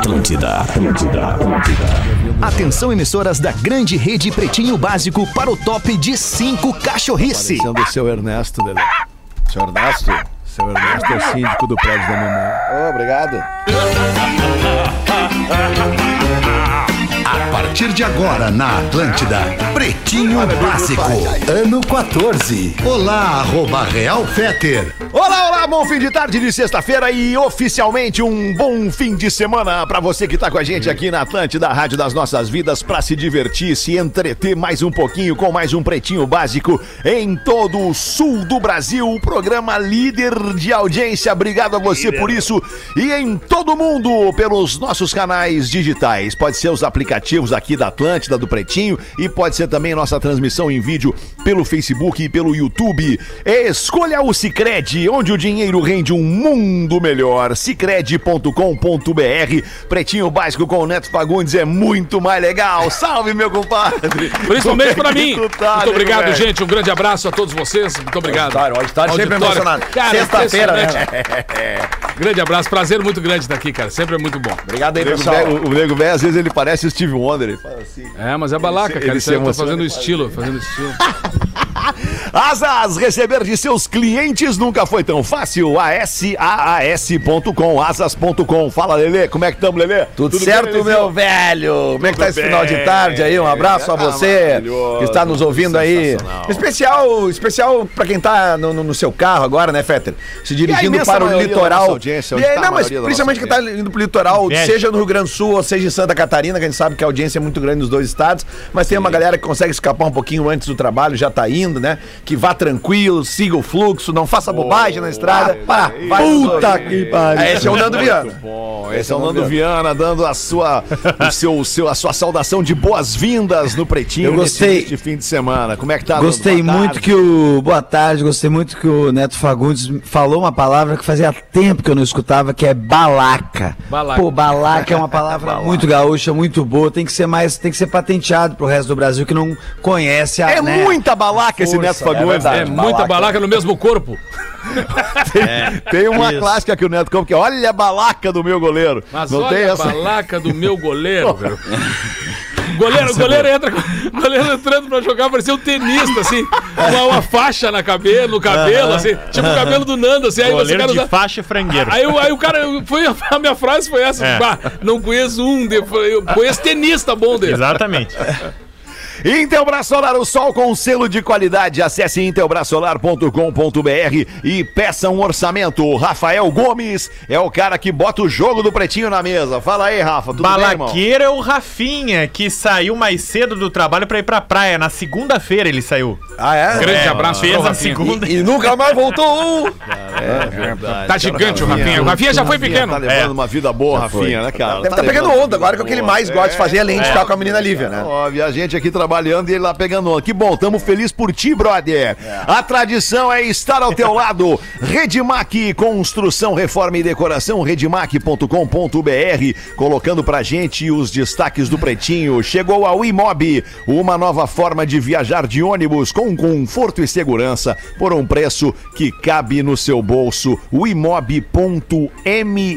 Atlântida. Atenção, emissoras da grande rede Pretinho Básico para o top de 5 cachorrice. Parecendo o seu Ernesto, Lelê. Seu Ernesto? Seu Ernesto é o síndico do prédio da mamãe. Obrigado. A partir de agora na Atlântida, Pretinho Básico, ano 14. Olá, @Real Fetter. Olá, bom fim de tarde de sexta-feira e oficialmente um bom fim de semana pra você que tá com a gente aqui na Atlântida, a Rádio das Nossas Vidas, pra se divertir, se entreter mais um pouquinho com mais um Pretinho Básico em todo o sul do Brasil, o programa líder de audiência. Obrigado a você por isso e em todo mundo pelos nossos canais digitais. Pode ser os aplicativos aqui da Atlântida, do Pretinho, e pode ser também nossa transmissão em vídeo pelo Facebook e pelo YouTube. Escolha o Sicredi, onde o dinheiro rende um mundo melhor. Sicredi.com.br. Pretinho Básico com o Neto Fagundes é muito mais legal. Salve, meu compadre. Principalmente pra mim. Tá, muito obrigado, velho. gente. Um grande abraço a todos vocês. Muito obrigado. Auditório sempre emocionado. Sexta-feira, né? Grande abraço. Prazer muito grande estar aqui, cara. Sempre é muito bom. Obrigado aí, O pessoal. nego velho, às vezes ele parece Steve Wonder. Ele fala assim. É, mas é balaca, cara. ele Isso se aí eu tô emociona fazendo e estilo. Asas, receber de seus clientes nunca foi tão fácil. ASAAS.com, asas.com. Fala, Lelê, como é que estamos, Lelê? Tudo certo, bem, meu velho? Como é que tá esse final de tarde aí? Um abraço a você que está nos ouvindo aí. Especial pra quem tá no seu carro agora, né, Fetter? Se dirigindo para o litoral. Mas principalmente quem tá indo pro litoral, seja no Rio Grande do Sul ou seja em Santa Catarina, que a gente sabe que a audiência é muito grande nos dois estados, mas tem uma galera que consegue escapar um pouquinho antes do trabalho, já tá indo, né? Que vá tranquilo, siga o fluxo, não faça bobagem na estrada. Puta que pariu. Esse é o Nando Viana. Esse é o Nando Viana dando a sua saudação de boas-vindas no Pretinho. Eu gostei. Neste fim de semana. Como é que tá? Gostei muito que gostei muito que o Neto Fagundes falou uma palavra que fazia tempo que eu não escutava, que é balaca. Pô, balaca é uma palavra muito gaúcha, muito boa, tem que ser patenteado pro resto do Brasil que não conhece a, né, muita balaca esse Neto Fagundes. É muita balaca no mesmo corpo. Tem uma clássica que o Neto compra, que olha a balaca do meu goleiro. Mas não olha tem a essa balaca do meu goleiro, cara. Goleiro entrando pra jogar, parecia um tenista, assim, com uma faixa no cabelo, assim, tipo o cabelo do Nando, assim. Aí goleiro você, cara, de faixa e frangueiro. Aí o cara, a minha frase foi essa, não conheço eu conheço tenista bom dele. Exatamente. Intelbras Solar, o sol com selo de qualidade. Acesse intelbrasolar.com.br e peça um orçamento. O Rafael Gomes é o cara que bota o jogo do Pretinho na mesa. Fala aí, Rafa, tudo bem, irmão? Balaqueiro é o Rafinha, que saiu mais cedo do trabalho pra ir pra praia. Na segunda-feira ele saiu. Ah, é? Grande abraço pro Fez a Rafinha. segunda. E nunca mais voltou. É verdade. Tá gigante o Rafinha. O Rafinha já foi pequeno. Tá levando uma vida boa, Rafinha, né, cara? Deve estar pegando onda agora, que é o que ele mais gosta de fazer, além de ficar com a menina Lívia, né? Óbvio, a gente aqui trabalhando e ele lá pegando onda. Que bom, tamo feliz por ti, brother. A tradição é estar ao teu lado. Redmac, construção, reforma e decoração, redmac.com.br, colocando pra gente os destaques do Pretinho. Chegou a Wimob, uma nova forma de viajar de ônibus com conforto e segurança por um preço que cabe no seu bolso. Wimob.me.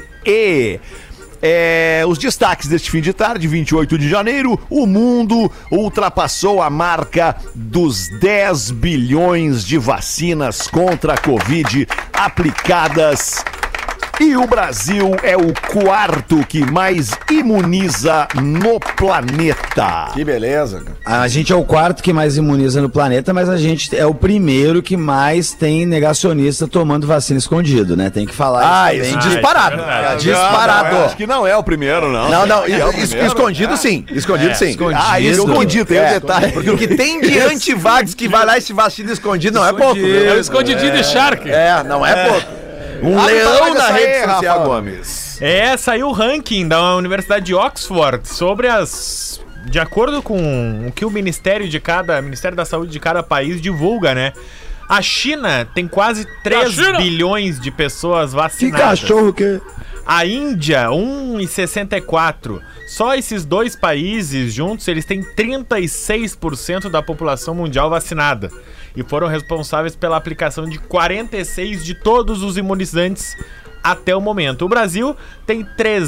Os destaques deste fim de tarde, 28 de janeiro, o mundo ultrapassou a marca dos 10 bilhões de vacinas contra a Covid aplicadas. E o Brasil é o quarto que mais imuniza no planeta. Que beleza. A gente é o quarto que mais imuniza no planeta, mas a gente é o primeiro que mais tem negacionista tomando vacina escondido, né? Tem que falar isso também. disparado. Disparado. Acho que não é o primeiro, não. Não, É o primeiro, escondido sim. Escondido sim. Escondido, tem um detalhe. Porque o que tem de antivax que vai lá e se vacina escondido não é pouco. É o escondidinho de Shark. Não é pouco. Um leão na rede social. Gomes. Saiu o ranking da Universidade de Oxford sobre as... De acordo com o que o Ministério da Saúde de cada país divulga, né? A China tem quase 3 bilhões de pessoas vacinadas. Que cachorro que... A Índia, 1,64. Só esses dois países juntos, eles têm 36% da população mundial vacinada. E foram responsáveis pela aplicação de 46 de todos os imunizantes até o momento. O Brasil tem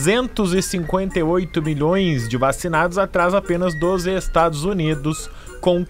358 milhões de vacinados, atrás apenas dos Estados Unidos, com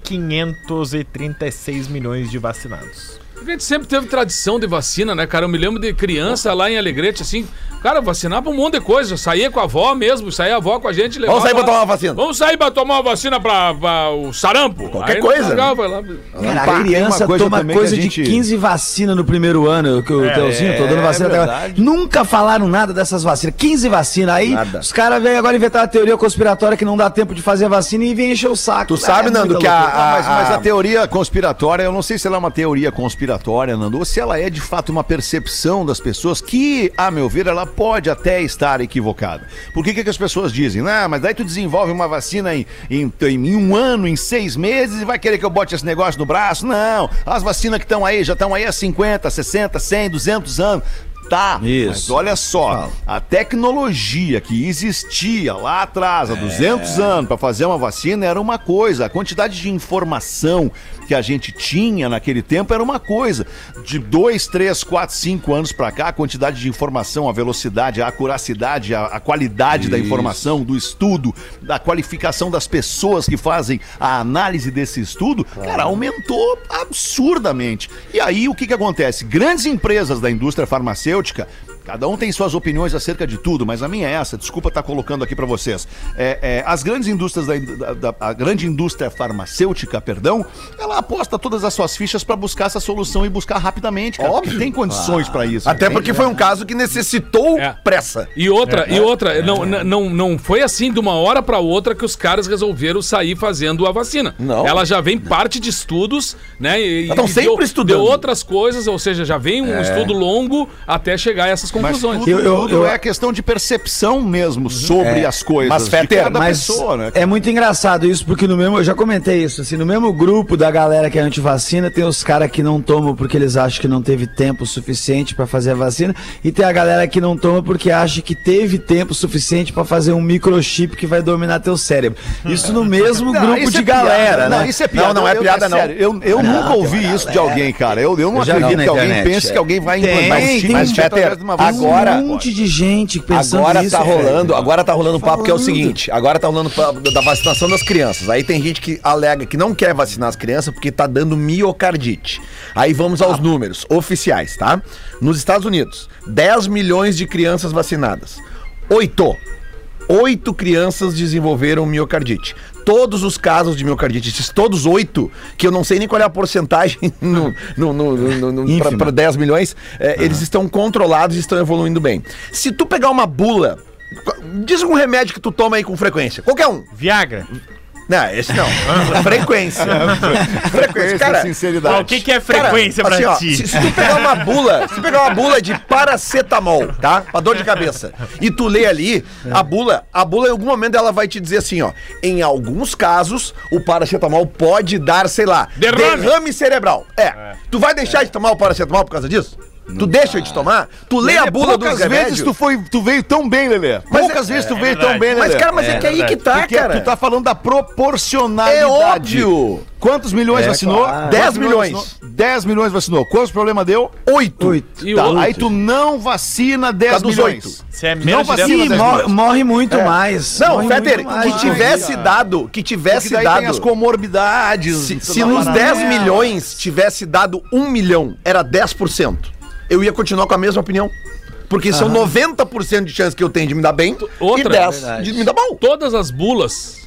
536 milhões de vacinados. A gente sempre teve tradição de vacina, né, cara? Eu me lembro de criança lá em Alegrete, assim, cara, vacinar pra um monte de coisa. Eu saía com a avó mesmo, saía a avó com a gente. Vamos sair pra tomar uma vacina. Vamos sair pra tomar uma vacina pra o sarampo. Qualquer coisa. Pegava, lá. Cara, a criança toma coisa de 15 vacinas no primeiro ano, que o Teozinho, tô dando vacina até agora. Nunca falaram nada dessas vacinas. 15 vacinas. Aí os caras vêm agora inventar a teoria conspiratória que não dá tempo de fazer a vacina e vem encher o saco. Tu sabe, Nando, que mas a teoria conspiratória, eu não sei se ela é uma teoria conspiratória, Nando, ou se ela é de fato uma percepção das pessoas que, a meu ver, ela pode até estar equivocada. Por que as pessoas dizem? Mas daí tu desenvolve uma vacina em um ano, em 6 meses e vai querer que eu bote esse negócio no braço? Não, as vacinas que estão aí, já estão aí há 50, 60, 100, 200 anos. Tá, isso. Mas olha só, a tecnologia que existia lá atrás, há 200 anos, para fazer uma vacina era uma coisa, a quantidade de informação que a gente tinha naquele tempo era uma coisa. De 2, 3, 4, 5 anos para cá, a quantidade de informação, a velocidade, a acuracidade, a qualidade da informação, do estudo, da qualificação das pessoas que fazem a análise desse estudo, cara, aumentou absurdamente. E aí o que acontece? Grandes empresas da indústria farmacêutica, cada um tem suas opiniões acerca de tudo, mas a minha é essa, desculpa estar colocando aqui pra vocês. As grandes indústrias a grande indústria farmacêutica, ela aposta todas as suas fichas pra buscar essa solução e buscar rapidamente, cara. Óbvio. Tem condições pra isso. Até porque foi um caso que necessitou pressa. E outra, não foi assim de uma hora pra outra que os caras resolveram sair fazendo a vacina. Não. Ela já vem parte de estudos, né? Estão sempre estudando. De outras coisas, ou seja, já vem um estudo longo até chegar a essas conclusões. Tudo é questão de percepção mesmo sobre as coisas. Mas, Fetter, pessoa, né? É muito engraçado isso, porque eu já comentei isso, assim, no mesmo grupo da galera que é antivacina, tem os caras que não tomam porque eles acham que não teve tempo suficiente pra fazer a vacina, e tem a galera que não toma porque acha que teve tempo suficiente pra fazer um microchip que vai dominar teu cérebro. Isso no mesmo grupo de galera, né? Não, isso é piada. Não é piada, não. Eu nunca ouvi isso de alguém, cara. Eu não acredito que alguém pense que alguém vai implantar um chip. Mas, Fetter, agora um monte de gente pensando nisso. Agora tá rolando papo que é o seguinte, agora tá rolando papo da vacinação das crianças. Aí tem gente que alega que não quer vacinar as crianças porque tá dando miocardite. Aí vamos aos números oficiais, tá? Nos Estados Unidos, 10 milhões de crianças vacinadas. 8 crianças desenvolveram miocardite. Todos os casos de miocardite, esses todos 8, que eu não sei nem qual é a porcentagem para 10 milhões, eles estão controlados e estão evoluindo bem. Se tu pegar uma bula, diz um remédio que tu toma aí com frequência, qualquer um. Viagra. Não, esse não. Frequência. Frequência, cara. Sinceridade. O que é frequência, cara, pra ti? Se tu pegar uma bula de paracetamol, tá? Pra dor de cabeça, e tu lê ali, a bula em algum momento ela vai te dizer assim, ó, em alguns casos, o paracetamol pode dar, sei lá, derrame cerebral. Tu vai deixar de tomar o paracetamol por causa disso? Tu deixa de tomar? Tu lê a bula dos remédios? Tu veio tão bem, Lelê. Poucas vezes tu veio tão bem, Lelê. Mas, cara, é que aí que tá, cara. Tu tá falando da proporcionalidade. É óbvio. Quantos milhões vacinou? Claro. 10 milhões. 10 milhões vacinou. Quantos problema deu? 8. Tá, aí tu não vacina 10 milhões. Você é menos não vacina, morre muito mais. Não, Fetter, que tivesse dado... Tem as comorbidades. Se nos 10 milhões tivesse dado 1 milhão, era 10%. Eu ia continuar com a mesma opinião. Porque são 90% de chance que eu tenho de me dar bem e 10% de me dar mal. Todas as bulas...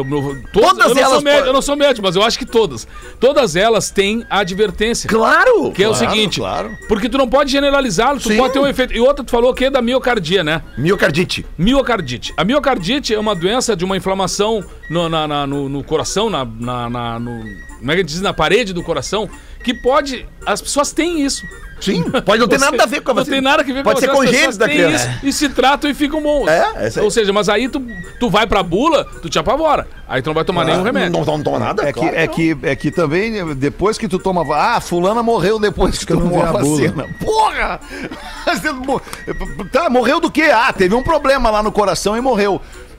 Eu não sou médico, mas eu acho que todas elas têm advertência. Claro! Que é o seguinte, porque tu não pode generalizá-lo, tu pode ter um efeito. E outra, tu falou que é da miocardia, né? Miocardite. A miocardite é uma doença de uma inflamação no coração, como é que a gente diz, na parede do coração, que pode... As pessoas têm isso. Sim, pode não ter nada a ver com a vacina. Não tem nada a ver com a vacina. Pode ser congênito da criança. Isso, e se tratam e ficam bons. Ou seja, mas aí tu vai pra bula, tu te apavora. Aí tu não vai tomar nenhum remédio. Não toma nada? É que também, depois que tu toma... fulana morreu depois que tomou a vacina. Porra! Tá, morreu do quê? Teve um problema lá no coração e morreu.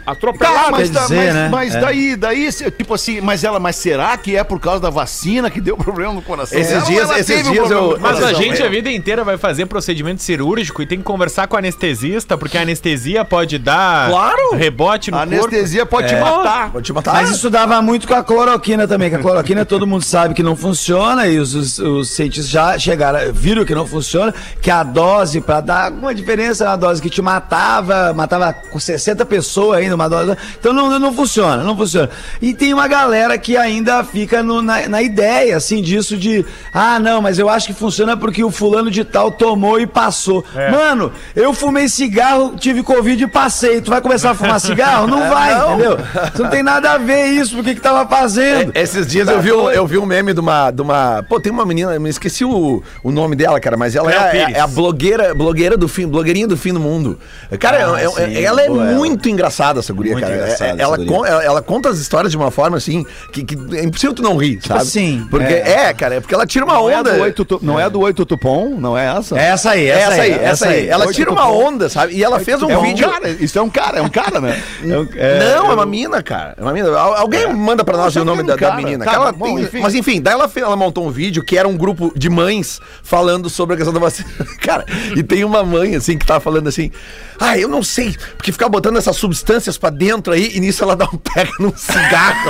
Atropelado, mas daí, tipo assim, mas será que é por causa da vacina que deu problema no coração? Esses dias Mas a gente a vida inteira vai fazer procedimento cirúrgico e tem que conversar com o anestesista, porque a anestesia pode dar rebote no corpo. A anestesia pode te matar. Pode te matar. Mas isso dava muito com a cloroquina também, que a cloroquina todo mundo sabe que não funciona e os cientistas já viram que não funciona, que a dose, pra dar alguma diferença na dose que te matava com 60 pessoas ainda, uma dose. Então não funciona. E tem uma galera que ainda fica na ideia, assim, disso de, não, mas eu acho que funciona porque o fulano de tal tomou e passou. Mano, eu fumei cigarro, tive Covid e passei. Tu vai começar a fumar cigarro? Não vai, entendeu? Você não tem nada a ver isso, porque que tava fazendo. Esses dias eu vi um meme de uma... Pô, tem uma menina, eu esqueci o nome dela, cara, mas ela é a blogueirinha do fim do mundo. Cara, ela é muito engraçada, essa guria, cara. Ela conta as histórias de uma forma assim que é impossível tu não rir, sabe? Assim. Porque cara, é porque ela tira uma onda. Não é do Oi Tutupom? Não é essa? É essa aí. Ela tira uma onda, sabe? E ela fez um vídeo. Isso é um cara, né? Não, é uma mina, cara. É uma mina. Alguém manda pra nós o nome da menina. Mas enfim, daí ela montou um vídeo que era um grupo de mães falando sobre a questão da vacina. Cara, e tem uma mãe, assim, que tá falando assim, eu não sei, porque ficar botando essas substâncias pra dentro aí, e nisso ela dá um pega num cigarro.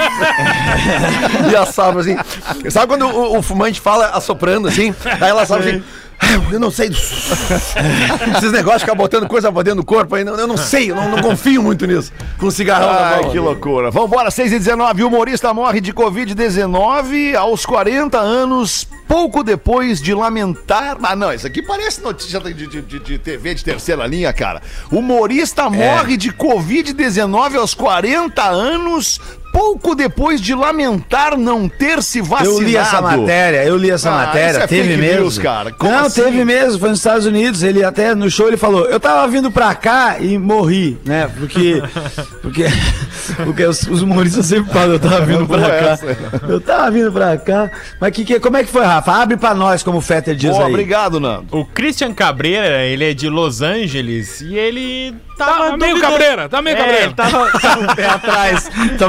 E assopra assim. Sabe quando o fumante fala assoprando assim? Aí ela sabe assim, eu não sei. Esses negócios de ficar botando coisa pra dentro do corpo aí, eu não sei, eu não confio muito nisso. Com cigarrão na mão. Que loucura. Vambora, 6h19. O humorista morre de Covid-19 aos 40 anos, pouco depois de lamentar. Não, isso aqui parece notícia de TV de terceira linha, cara. O humorista morre de Covid-19 aos 40 anos, pouco depois de lamentar não ter se vacinado. Eu li essa matéria, teve mesmo. News, cara. Não, assim? Teve mesmo, foi nos Estados Unidos, ele até no show ele falou, eu tava vindo pra cá e morri, né, porque os humoristas sempre falam, eu tava vindo pra cá, mas como é que foi, Rafa? Abre pra nós, como o Fetter diz aí. Obrigado, Nando. O Christian Cabreira, ele é de Los Angeles e ele Tá meio cabreira. Ele tava com o pé atrás.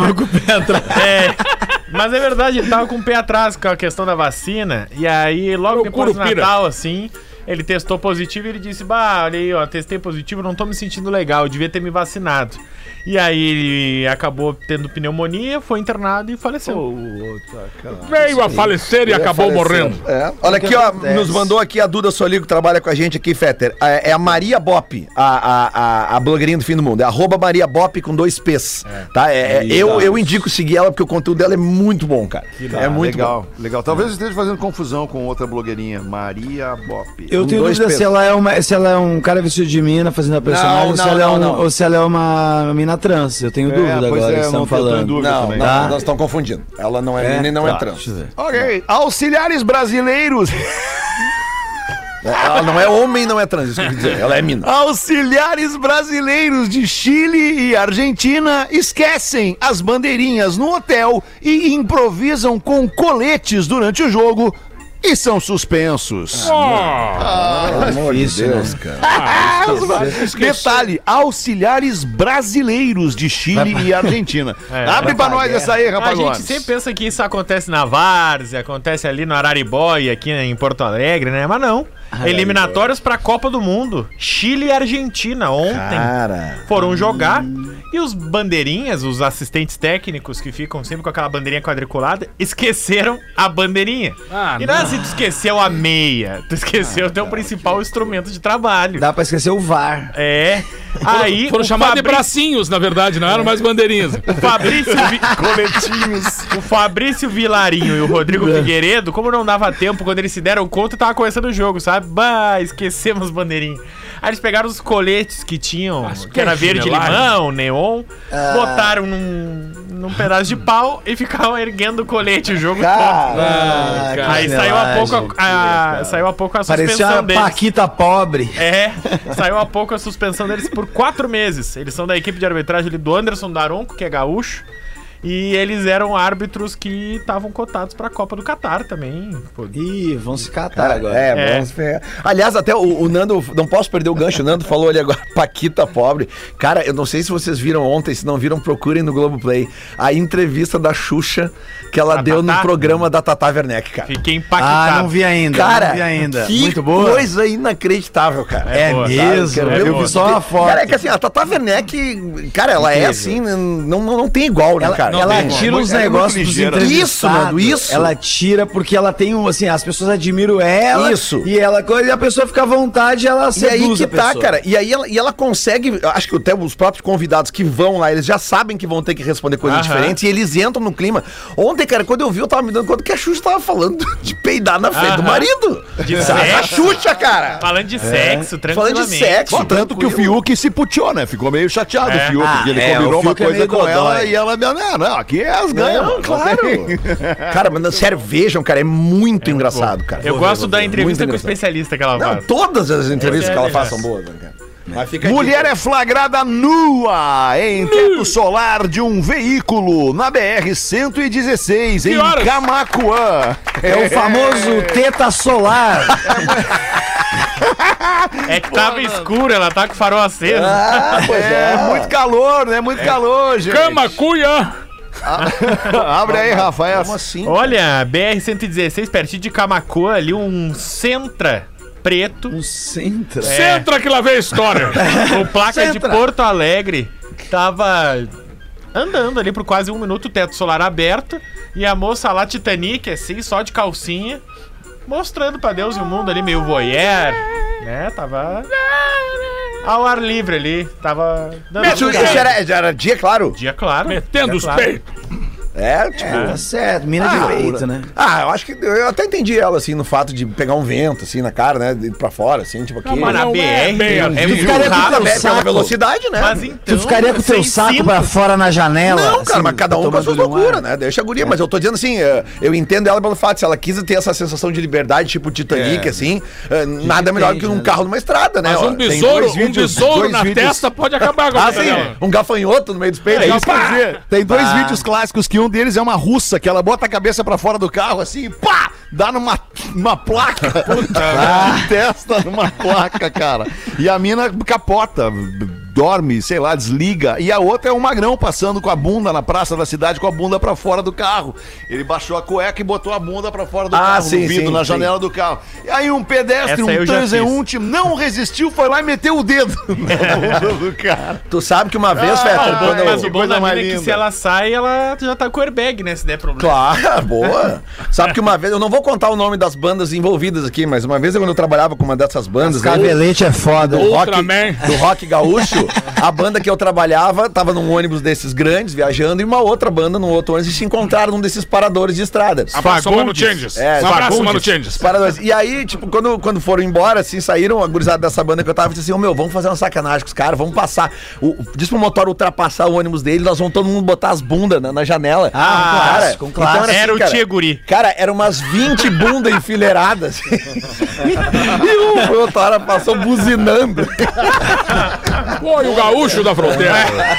Mas é verdade, ele tava com o pé atrás com a questão da vacina. E aí, logo depois do Natal, assim, ele testou positivo e ele disse, olha aí, testei positivo, não tô me sentindo legal, eu devia ter me vacinado. E aí ele acabou tendo pneumonia, foi internado e faleceu. Veio a falecer e acabou morrendo. Olha aqui, nos mandou aqui a Duda Soligo, que trabalha com a gente aqui, Fetter. É a Maria Bop, a blogueirinha do fim do mundo. É @Maria Bop com 2 P's. Tá? Eu indico seguir ela porque o conteúdo dela é muito bom, cara. É muito legal. Legal. Talvez eu esteja fazendo confusão com outra blogueirinha, Maria Bop. Eu tenho dúvida se ela é um cara vestido de mina fazendo a personagem ou se ela é uma mina trans. Eu tenho dúvida agora, estão falando. Nós estamos confundindo. Ela não é mina e não é trans. Ok. Auxiliares brasileiros. Ela não é homem e não é trans, isso que eu quis dizer. Ela é mina. Auxiliares brasileiros de Chile e Argentina esquecem as bandeirinhas no hotel e improvisam com coletes durante o jogo e são suspensos. Deus, cara. Detalhe, auxiliares brasileiros de Chile e Argentina. Abre pra nós essa aí, rapaz. A gente sempre pensa que isso acontece na Várzea, acontece ali no Araribóia, aqui em Porto Alegre, né? Mas não. Eliminatórios pra Copa do Mundo. Chile e Argentina ontem foram jogar e os bandeirinhas, os assistentes técnicos que ficam sempre com aquela bandeirinha quadriculada, esqueceram a bandeirinha. E não é assim, tu esqueceu a meia, tu esqueceu o teu principal instrumento de trabalho. Dá pra esquecer o VAR. Aí foram chamados de bracinhos, na verdade, não eram mais bandeirinhas. O Fabrício Vilarinho e o Rodrigo Figueiredo, como não dava tempo, quando eles se deram conta, tava começando o jogo, sabe? Esquecemos bandeirinha. Aí eles pegaram os coletes que tinham, que era verde-limão, neon, botaram num pedaço de pau e ficavam erguendo o colete o jogo todo. Aí saiu há pouco a suspensão parecia deles. Paquita pobre. Saiu há pouco a suspensão deles por 4 meses. Eles são da equipe de arbitragem ali do Anderson Daronco, que é gaúcho. E eles eram árbitros que estavam cotados pra Copa do Catar também. Pô. Ih, vão se catar agora. Vamos ferrar. Aliás, até o Nando, não posso perder o gancho, o Nando falou ali agora, Paquita pobre. Cara, eu não sei se vocês viram ontem, se não viram, procurem no Globoplay a entrevista da Xuxa que ela deu no programa da Tata Werneck, cara. Fiquei impactado. Não vi ainda. Cara, não vi ainda. Que muito boa. Coisa inacreditável, cara. É boa, mesmo? Eu vi só uma foto. Cara, é que assim, a Tata Werneck, cara, ela é assim, não tem igual, né, cara? Ela tira os negócios dos entrevistados. Isso, Nando, isso. Ela tira porque ela tem assim, as pessoas admiram ela. Isso. E a pessoa fica à vontade, ela seduz a pessoa. Cara. E aí ela consegue, acho que até os próprios convidados que vão lá, eles já sabem que vão ter que responder coisas diferentes e eles entram no clima. Ontem, cara, quando eu vi, eu tava me dando conta que a Xuxa tava falando de peidar na frente do marido. De sexo. A Xuxa, cara. Falando de sexo, tranquilamente. Falando de sexo. Tanto que o Fiuk se puteou, né? Ficou meio chateado o Fiuk, porque ele combinou uma coisa com ela e ela, não, aqui é as ganhas. Não, claro. Cara, mas sério, vejam, cara, é muito engraçado, cara. Eu gosto da entrevista com o especialista que ela faz. Não, todas as entrevistas que ela faz são boas, né, cara? Mulher é flagrada nua em teto solar de um veículo na BR-116 em Camaquã. É o famoso teta solar. É que tava escuro, ela tá com o farol aceso. Pois é. Muito calor, né? Muito calor, gente. Camacuã. Abre aí, Rafa. Como assim? Olha, BR-116, pertinho de Camaquã, ali um Sentra preto. Um Sentra? Sentra que lá vem a história. Com placa de Porto Alegre. Tava andando ali por quase 1 minuto, o teto solar aberto. E a moça lá, Titanic, assim, só de calcinha, mostrando pra Deus e o mundo ali, meio voyeur, né? Tava ao ar livre ali. Tava dando Isso era dia, claro? dia claro. Metendo os peitos. É, tipo... Tá certo, mina de peito, né? Eu acho que eu até entendi ela, assim, no fato de pegar um vento, assim, na cara, né? De ir pra fora, assim, tipo aqui. Mas na BR é muito ficaria com rápido. teu saco. Pela velocidade, né? Mas então, Tu ficaria com o teu sem saco cinto. pra fora na janela? Não, cara, assim, mas cada um com as suas tomando loucuras, um ar. né? Deixa a guria, mas eu tô dizendo assim, eu entendo ela pelo fato, se ela quis ter essa sensação de liberdade, tipo Titanic, assim, nada melhor que um carro numa estrada, né? Mas Ó, um tem besouro, dois um na testa pode acabar com a vida sim, dela. um gafanhoto no meio do espelho. É isso que eu ia Pá! dizer. Tem dois vídeos clássicos que um deles é uma russa que ela bota a cabeça pra fora do carro assim, pá! Dá numa placa. Testa numa placa, cara. E a mina capota, dorme, sei lá, desliga. E a outra é um magrão passando com a bunda na praça da cidade, com a bunda pra fora do carro. Ele baixou a cueca e botou a bunda pra fora do carro, sim, no vidro, sim, na sim. janela do carro. E aí um pedestre, Essa eu um já transeunte, não resistiu, foi lá e meteu o dedo na bunda do cara. Tu sabe que uma vez, Fetter, quando Mas eu... o bom coisa da mais mina é que linda. se ela sai, ela já tá com airbag, né? Se der problema. Claro, boa. Sabe que uma vez, eu não vou contar o nome das bandas envolvidas aqui, mas uma vez quando eu trabalhava com uma dessas bandas... Cabelete é foda. do rock gaúcho, a banda que eu trabalhava tava num ônibus desses grandes, viajando, e uma outra banda num outro ônibus, e se encontraram num desses paradores de estrada. Abraço, Mano Changes. É, Um abraço, Mano Fagundes. Changes. Paradores. E aí, tipo, quando foram embora, assim, saíram a gurizada dessa banda que eu tava, disse assim, vamos fazer uma sacanagem com os caras, vamos passar. Diz pro motor ultrapassar o ônibus dele, nós vamos todo mundo botar as bundas na janela. Um clássico. Era o cara, Tia Guri. Cara, eram umas 20 bundas enfileiradas. E o motora passou buzinando. Foi o gaúcho da fronteira.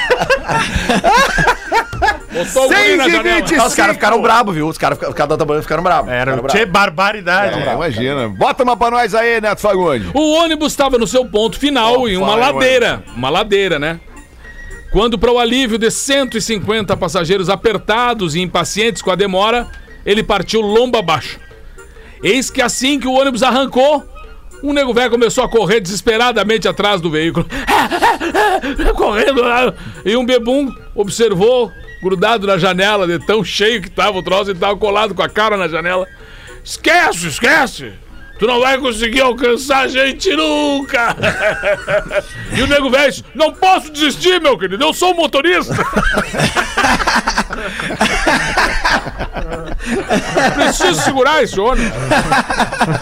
Botou o guri na janela. Os caras ficaram bravos, viu? Os caras da outra banda ficaram bravos. Era o Tia Barbaridade. Imagina. Bota uma pra nós aí, Neto Fagundes. O ônibus estava no seu ponto final em uma ladeira. Uma ladeira, né? Quando, para o alívio de 150 passageiros apertados e impacientes com a demora, ele partiu lomba abaixo. Eis que assim que o ônibus arrancou, um nego velho começou a correr desesperadamente atrás do veículo. Correndo lá. E um bebum observou, grudado na janela, de tão cheio que tava o troço, ele tava colado com a cara na janela. Esquece! Tu não vai conseguir alcançar a gente nunca! E o nego velho disse, não posso desistir, meu querido, eu sou o motorista! Preciso segurar esse ônibus.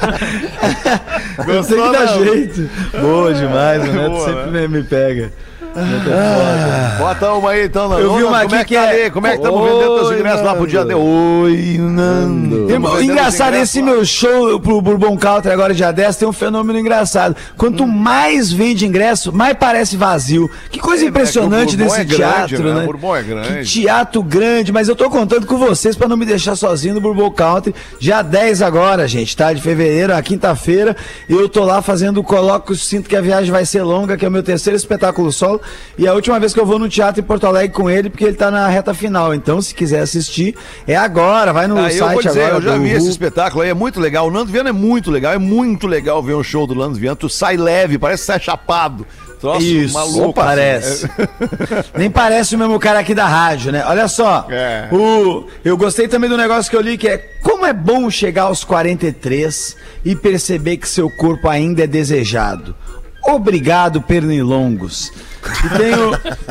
Tem que dar jeito. Boa demais, o Neto sempre me pega. Bota uma aí, então. Eu vi uma aqui que é... Como é que estamos vendendo teus ingressos lá pro dia de... Oi, Nando. Engraçado, esse meu show pro Bourbon Country agora dia 10 tem um fenômeno engraçado. Quanto mais vende ingresso, mais parece vazio. Que coisa impressionante desse teatro, né? O Bourbon é grande. Que teatro grande, mas eu tô contando com vocês pra não me deixar sozinho no Bourbon Country. Dia 10 agora, gente, tá? De fevereiro, a quinta-feira. Eu tô lá fazendo o Coloco, sinto que a viagem vai ser longa, que é o meu terceiro espetáculo solo. E a última vez que eu vou no teatro em Porto Alegre com ele, porque ele tá na reta final. Então, se quiser assistir, é agora. Vai no site agora. Eu já vi esse espetáculo aí, é muito legal. O Nando Viana é muito legal ver um show do Nando Viana. Tu sai leve, parece que sai chapado. Troço isso, maluco. Parece. Nem parece o mesmo cara aqui da rádio, né? Olha só, eu gostei também do negócio que eu li, que é como é bom chegar aos 43 e perceber que seu corpo ainda é desejado. Obrigado, pernilongos. E tenho...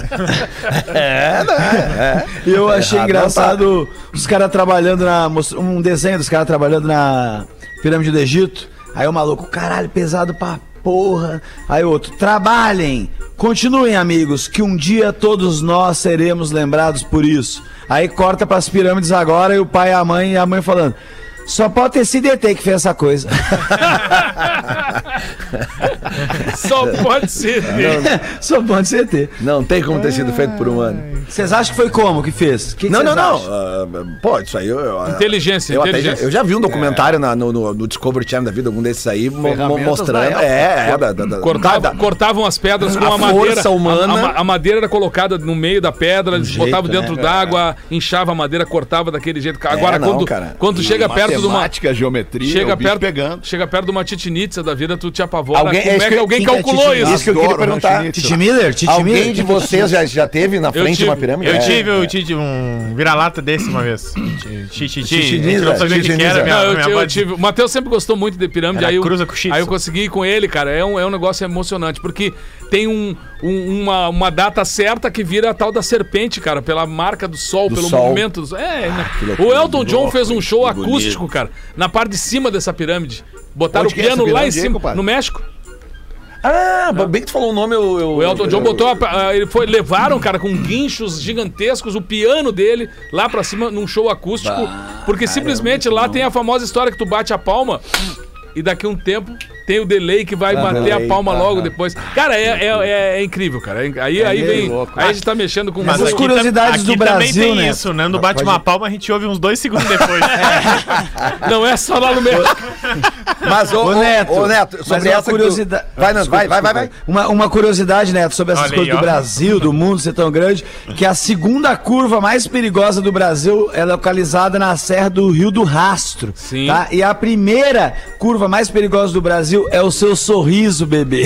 Eu achei engraçado os caras trabalhando um desenho dos caras trabalhando na Pirâmide do Egito. Aí o maluco, caralho, pesado pra porra. Aí o outro, trabalhem, continuem, amigos, que um dia todos nós seremos lembrados por isso. Aí corta pras pirâmides agora e o pai e a mãe falando: só pode ter sido ET que fez essa coisa. Só pode ser ET. Só pode ser ET. Não tem como ter sido feito por um ano. Vocês acham que foi como que fez? Que não. Pô, isso aí... Inteligência. Eu já vi um documentário no Discovery Channel da vida, algum desses aí, mostrando... Cortavam as pedras com a madeira. Força humana. A madeira era colocada no meio da pedra, eles botavam dentro d'água, inchava a madeira, cortava daquele jeito. Agora, quando chega perto de uma... geometria, chega perto de uma Chichen Itza da vida, tu te apavora. Como é que alguém calculou isso? Isso que eu queria perguntar. Titi Miller? Alguém de vocês já teve na frente uma pirâmide? Eu tive um vira-lata desse uma vez. Eu tive. O Matheus sempre gostou muito de pirâmide, aí eu consegui ir com ele, cara. É um negócio emocionante, porque tem uma data certa que vira a tal da serpente, cara, pela marca do sol, pelo movimento. O Elton John fez um show acústico, cara, na parte de cima dessa pirâmide. Botaram o piano lá em cima, no México. Bem que tu falou o nome, o Elton John botou, levaram, cara, com guinchos gigantescos, o piano dele lá pra cima num show acústico, porque simplesmente lá tem a famosa história que tu bate a palma e daqui a um tempo tem o delay que vai bater a palma logo depois. Cara, é incrível, cara. Aí vem. Louco, aí a gente tá mexendo com as curiosidades do Brasil, também tem, né? Isso, né? No bate uma palma a gente ouve uns 2 segundos depois. Não é só lá no meio. Mas, Neto, sobre essa curiosidade. Vai. Uma curiosidade, Neto, sobre essas coisas do Brasil, do mundo ser tão grande, que a segunda curva mais perigosa do Brasil é localizada na Serra do Rio do Rastro. Sim. Tá? E a primeira curva mais perigosa do Brasil é o seu sorriso, bebê.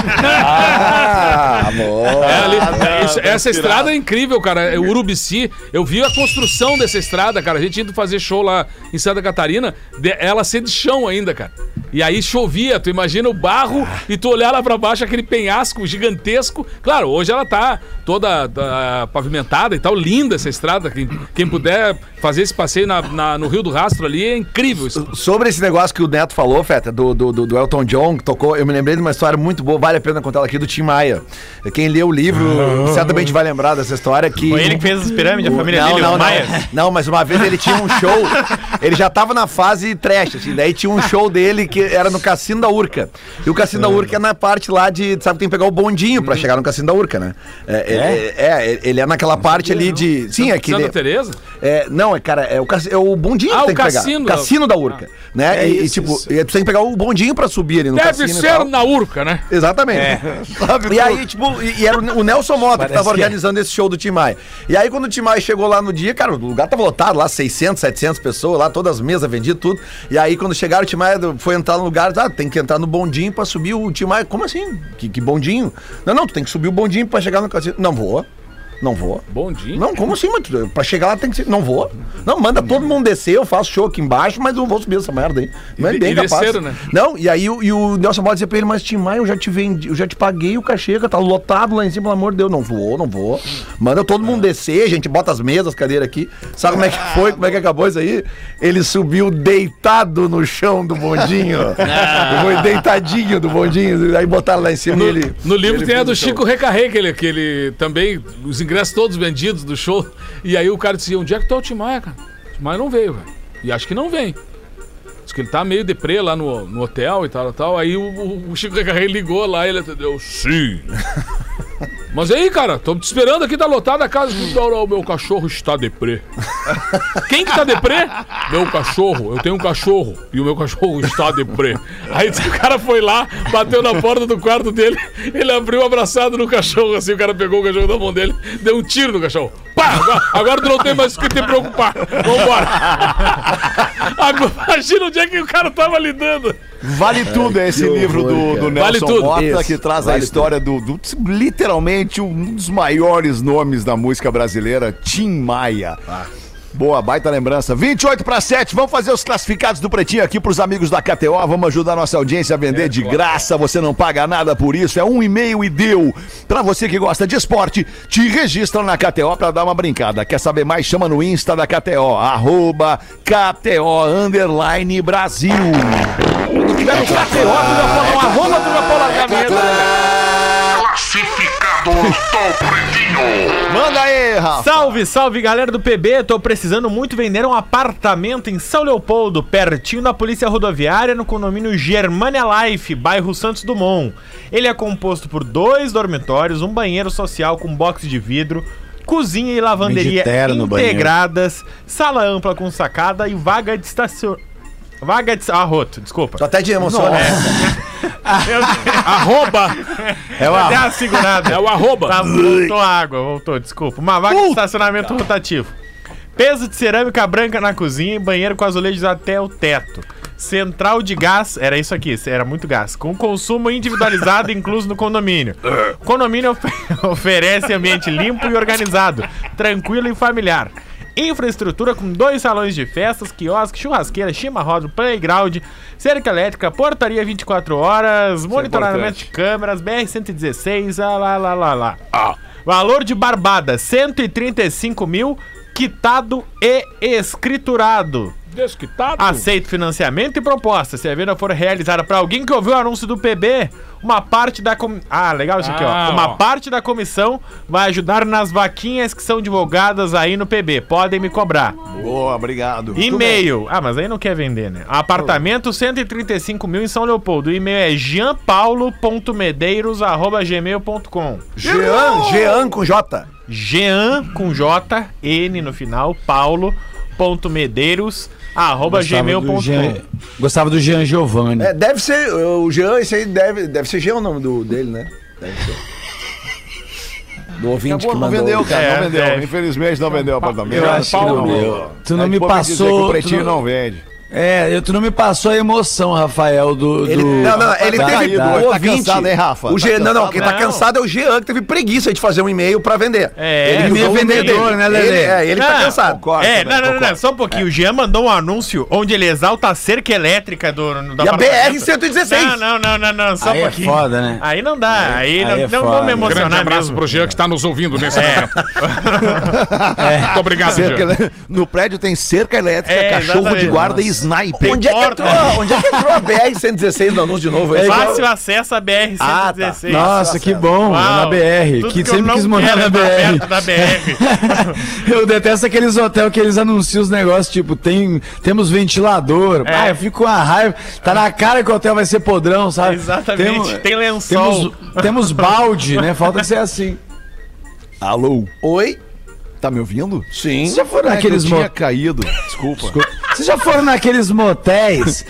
Essa estrada é incrível, cara. O Urubici, eu vi a construção dessa estrada, cara. A gente indo fazer show lá em Santa Catarina, ela ser de chão ainda, cara. E aí chovia, tu imagina o barro e tu olhar lá pra baixo, aquele penhasco gigantesco. Claro, hoje ela tá toda pavimentada e tal, linda essa estrada. Quem puder fazer esse passeio no Rio do Rastro ali é incrível isso. Sobre esse negócio que o Neto falou, Feta, do Elton John, que tocou, eu me lembrei de uma história muito boa, vale a pena contar ela aqui, do Tim Maia. Quem lê o livro certamente vai lembrar dessa história. Foi ele que fez as pirâmides, a família dele, o Maia? Não, mas uma vez ele tinha um show, ele já tava na fase trash, assim, daí tinha um show dele que era no Cassino da Urca. E o Cassino da Urca é na parte lá de, sabe, tem que pegar o bondinho pra chegar no Cassino da Urca, né? Ele é naquela parte ali de... Sim, é que... Santa Teresa? Não, cara, é o bondinho que tem que pegar. Cassino da Urca, né? E tipo, tu tem que pegar o bondinho pra subir ali no Cassino. Deve ser na Urca, né? Exatamente. E aí, tipo, e era o Nelson Mota que tava organizando esse show do Tim Maia. E aí, quando o Tim Maia chegou lá no dia, cara, o lugar tava lotado lá, 600, 700 pessoas lá, todas as mesas vendidas, tudo. E aí, quando chegaram, o Tim Maia foi entrar no lugar, tem que entrar no bondinho pra subir o Tim Maia. Como assim? Que bondinho? Não, tu tem que subir o bondinho pra chegar no cassino. Não vou. Não vou. Bondinho? Não, como assim? Mas pra chegar lá tem que ser... Não vou. Não, manda todo mundo descer, eu faço show aqui embaixo, mas eu vou subir essa merda aí. Não é bem capaz. Desceram, né? Não, e aí o Nelson Moura dizia pra ele, mas Tim Maia, eu já te vendi, eu já te paguei o cachê, tá lotado lá em cima, pelo amor de Deus. Não vou. Manda todo mundo descer, a gente bota as mesas, as cadeiras aqui. Sabe como é que foi? Como é que acabou isso aí? Ele subiu deitado no chão do bondinho. Foi deitadinho do bondinho, aí botaram lá em cima ele... No livro tem a do Chico Recarré, que ele também, os ingressos todos vendidos do show, e aí o cara disse, onde é que tá o Tim Maia, cara? O Tim Maia não veio, velho. E acho que não vem. Diz que ele tá meio deprê lá no hotel e tal. Aí o Chico Recarré ligou lá e ele atendeu, sim. Mas aí, cara, tô te esperando aqui, tá lotada a casa. Não, meu cachorro está deprê. Quem que tá deprê? Meu cachorro, eu tenho um cachorro e o meu cachorro está deprê. Aí o cara foi lá, bateu na porta do quarto dele, ele abriu abraçado no cachorro, assim, o cara pegou o cachorro da mão dele, deu um tiro no cachorro. Pá! Agora tu não tem mais o que te preocupar. Vambora. Imagina onde é que o cara tava lidando. Vale tudo esse livro do Nelson Mota, que traz a história do literalmente um dos maiores nomes da música brasileira, Tim Maia. Boa, baita lembrança. 28/7, vamos fazer os classificados do Pretinho aqui pros amigos da KTO, vamos ajudar a nossa audiência a vender de graça, você não paga nada por isso, é 1,5 e deu. Pra você que gosta de esporte, te registra na KTO pra dar uma brincada. Quer saber mais? Chama no Insta da KTO, @KTO_Brasil. Quando tiver no KTO, tu já pode um arroba, tu já pode largar a vinheta. Classificados do Pretinho. Manda aí, Rafa. Salve, galera do PB. Tô precisando muito vender um apartamento em São Leopoldo, pertinho da Polícia Rodoviária, no condomínio Germania Life, bairro Santos Dumont. Ele é composto por 2 dormitórios, um banheiro social com box de vidro, cozinha e lavanderia integradas, sala ampla com sacada e vaga de estacionamento. Arroto, desculpa. Tô até de emoção. Arroba. Até a segurada. É o arroba. Tá, voltou, desculpa. Uma vaga de estacionamento rotativo. Peso de cerâmica branca na cozinha e banheiro com azulejos até o teto. Central de gás, era isso aqui, era muito gás. Com consumo individualizado incluso no condomínio. O condomínio oferece ambiente limpo e organizado, tranquilo e familiar. Infraestrutura com 2 salões de festas, quiosque, churrasqueira, chimarrão, playground, cerca elétrica, portaria 24 horas, monitoramento de câmeras, BR-116, lá. Valor de barbada, 135 mil, quitado e escriturado. Desquitado. Aceito financiamento e proposta. Se a venda for realizada para alguém que ouviu o anúncio do PB, uma parte da legal isso aqui, ó. Uma parte da comissão vai ajudar nas vaquinhas que são divulgadas aí no PB. Podem me cobrar. Boa, obrigado. E-mail. Mas aí não quer vender, né? Apartamento 135 mil em São Leopoldo. O e-mail é jeanpaulo.medeiros@gmail.com. Jean com J. Jean com J, N no final, paulo.medeiros@gmail.com. Gostava do Jean Giovanni. Deve ser, o Jean, esse aí deve ser Jean o nome dele, né? Deve ser. Do ouvinte que mandou. Não vendeu, cara, não vendeu. Infelizmente não vendeu o apartamento. Eu acho que não deu. Tu não me passou. O Pretinho não vende. Tu não me passou a emoção, Rafael, ele teve tá cansado, hein, Rafa? Quem tá cansado é o Jean, que teve preguiça de fazer um e-mail pra vender. Ele é vendedor, né, Lelê? Ele tá cansado. Não, só um pouquinho. O Jean mandou um anúncio onde ele exalta a cerca elétrica do e a BR-116. Não, só um pouquinho. É foda, né? Aí não dá, aí não vamos me emocionar. Grande abraço mesmo pro Jean que está nos ouvindo nesse momento. Muito obrigado, Jean. No prédio tem cerca elétrica, cachorro de guarda e sniper. Onde é que entrou a BR-116 no anúncio de novo? Fácil acesso a BR-116. Nossa, que bom. Na BR. Que sempre quis morar na BR. Eu detesto aqueles hotéis que eles anunciam os negócios, tipo, temos ventilador. Eu fico com a raiva. Tá na cara que o hotel vai ser podrão, sabe? Exatamente. Tem lençol. Temos balde, né? Falta ser assim. Alô? Oi? Tá me ouvindo? Sim. Vocês já foram naqueles caído. Desculpa. Vocês já foram naqueles motéis?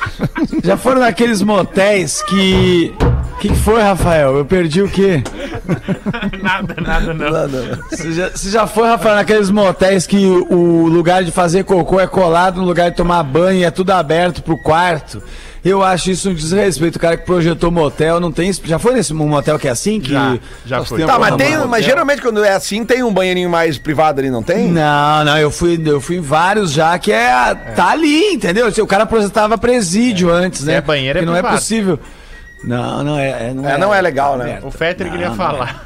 Que foi, Rafael? Eu perdi o quê? Nada, não. Você já foi, Rafael, naqueles motéis que o lugar de fazer cocô é colado no lugar de tomar banho e é tudo aberto pro quarto? Eu acho isso um desrespeito. O cara que projetou motel não tem. Já foi nesse motel que é assim? Que já foi. Tá, mas geralmente quando é assim tem um banheirinho mais privado ali, não tem? Não, eu fui em vários já que tá ali, entendeu? O cara projetava presídio antes, né? Banheiro é que não privado. É possível. Não é legal, né? O Fetter queria falar.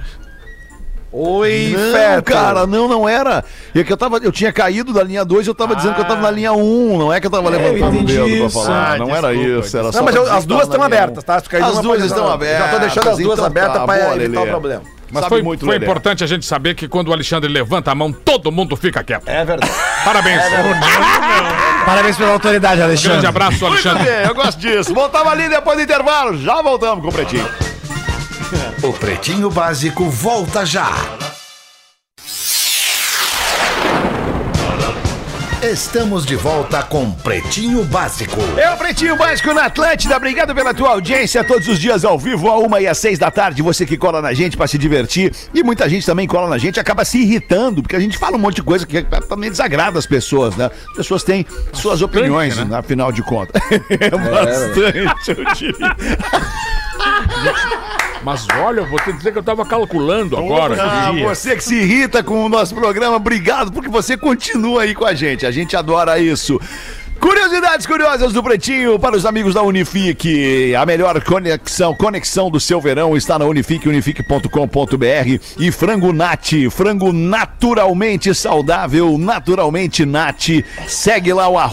Oi, Fetter. Cara, não era. É que eu tinha caído da linha 2 e eu tava dizendo que eu tava na linha 1. Não é que eu tava levantando o dedo pra falar. Não era isso. Era só mas as duas estão abertas, tá? As duas estão abertas. Já tô deixando as duas abertas pra evitar o problema. Mas foi importante a gente saber que quando o Alexandre levanta a mão, todo mundo fica quieto. É verdade. Parabéns. Parabéns pela autoridade, Alexandre. Grande abraço, Alexandre. Muito bem, eu gosto disso. Voltamos ali depois do intervalo. Já voltamos com o Pretinho. O Pretinho Básico volta já. Estamos de volta com Pretinho Básico. É o Pretinho Básico na Atlântida. Obrigado pela tua audiência. Todos os dias ao vivo, 1 e às 6 da tarde. Você que cola na gente pra se divertir. E muita gente também cola na gente e acaba se irritando, porque a gente fala um monte de coisa que também desagrada as pessoas, né? As pessoas têm suas opiniões, né? Afinal de contas. Bastante, eu diria. Mas olha, eu vou te dizer que eu tava calculando agora. Você que se irrita com o nosso programa, obrigado, porque você continua aí com a gente. A gente adora isso. Curiosidades curiosas do Pretinho para os amigos da Unifique. A melhor conexão do seu verão está na Unifique, unifique.com.br. E Frango Nat, frango naturalmente saudável, naturalmente Nat. Segue lá o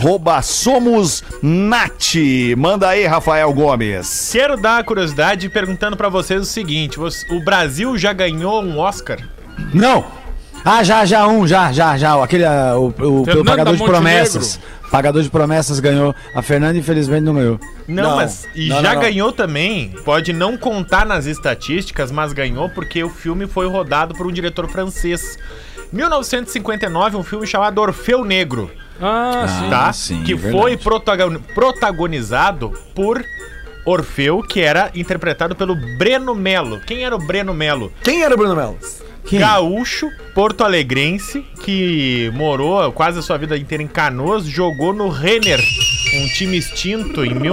@SomosNat. Manda aí, Rafael Gomes. Quero dar a curiosidade perguntando para vocês o seguinte: o Brasil já ganhou um Oscar? Não! Já. Aquele, o Pagador de Promessas. Pagador de Promessas ganhou. A Fernanda, infelizmente, não ganhou. Mas já ganhou também. Pode não contar nas estatísticas, mas ganhou porque o filme foi rodado por um diretor francês. 1959, um filme chamado Orfeu Negro. Sim, que foi protagonizado por Orfeu, que era interpretado pelo Breno Melo. Quem era o Breno Melo? Gaúcho, porto-alegrense, que morou quase a sua vida inteira em Canoas, jogou no Renner, um time extinto em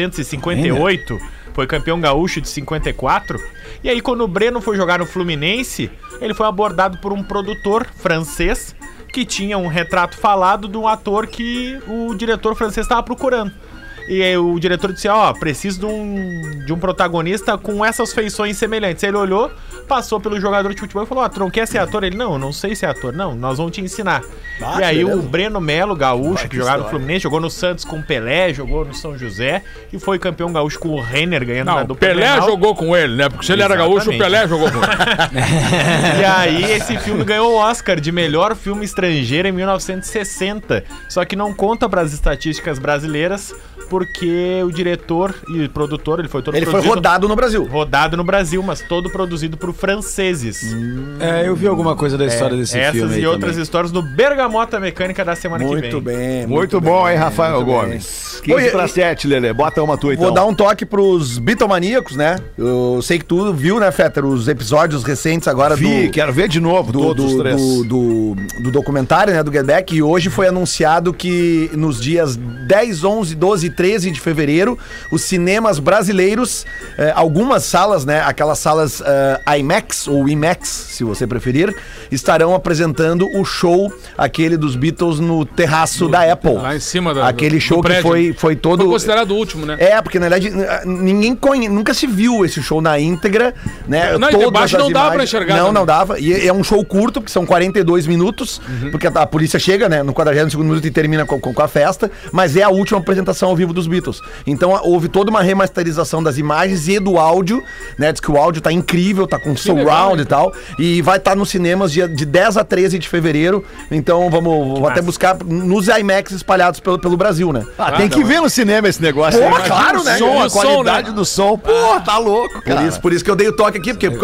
1958, foi campeão gaúcho de 54, e aí quando o Breno foi jogar no Fluminense, ele foi abordado por um produtor francês que tinha um retrato falado de um ator que o diretor francês estava procurando. E aí o diretor disse, preciso de um protagonista com essas feições semelhantes. Aí ele olhou, passou pelo jogador de futebol e falou, tu não quer ser ator? Ele, não, eu não sei ser ator. Não, nós vamos te ensinar. E aí beleza. O Breno Melo, gaúcho, que jogava no Fluminense, jogou no Santos com o Pelé, jogou no São José e foi campeão gaúcho com o Renner, ganhando na dupla. O Pelé jogou com ele, né? Porque se ele era gaúcho, o Pelé jogou com ele. E aí esse filme ganhou o Oscar de melhor filme estrangeiro em 1960. Só que não conta para as estatísticas brasileiras, porque o diretor e o produtor, ele foi rodado no Brasil. Rodado no Brasil, mas todo produzido por franceses. Eu vi alguma coisa da história desse filme. Essas e outras histórias no Bergamota Mecânica da semana que vem. Muito bem. Muito bom, hein, Rafael Gomes? 15/7, Lelê. Bota uma tua, então. Vou dar um toque pros bitomaníacos, né? Eu sei que tu viu, né, Fetter, os episódios recentes agora quero ver de novo todos os três. Do documentário, né, do Get Back, e hoje foi anunciado que nos dias 10, 11, 12 e 13 de fevereiro, os cinemas brasileiros, algumas salas, né, aquelas salas IMAX ou IMAX, se você preferir, estarão apresentando o show, aquele dos Beatles no terraço da Apple. Lá em cima aquele show que foi todo... Foi considerado o último, né? Porque na verdade nunca se viu esse show na íntegra, né? Não, debaixo não dava pra enxergar. Não dava. E é um show curto, porque são 42 minutos, porque a polícia chega, né, no 42º minuto e termina com a festa, mas é a última apresentação ao vivo dos Beatles. Então houve toda uma remasterização das imagens e do áudio, né? Diz que o áudio tá incrível, tá com surround e tal, e vai estar nos cinemas de 10 a 13 de fevereiro. Então vou até buscar nos IMAX espalhados pelo Brasil, né? Tem que ver no cinema esse negócio. Claro, né? A qualidade do som. Tá louco, cara. Por isso que eu dei o toque aqui, porque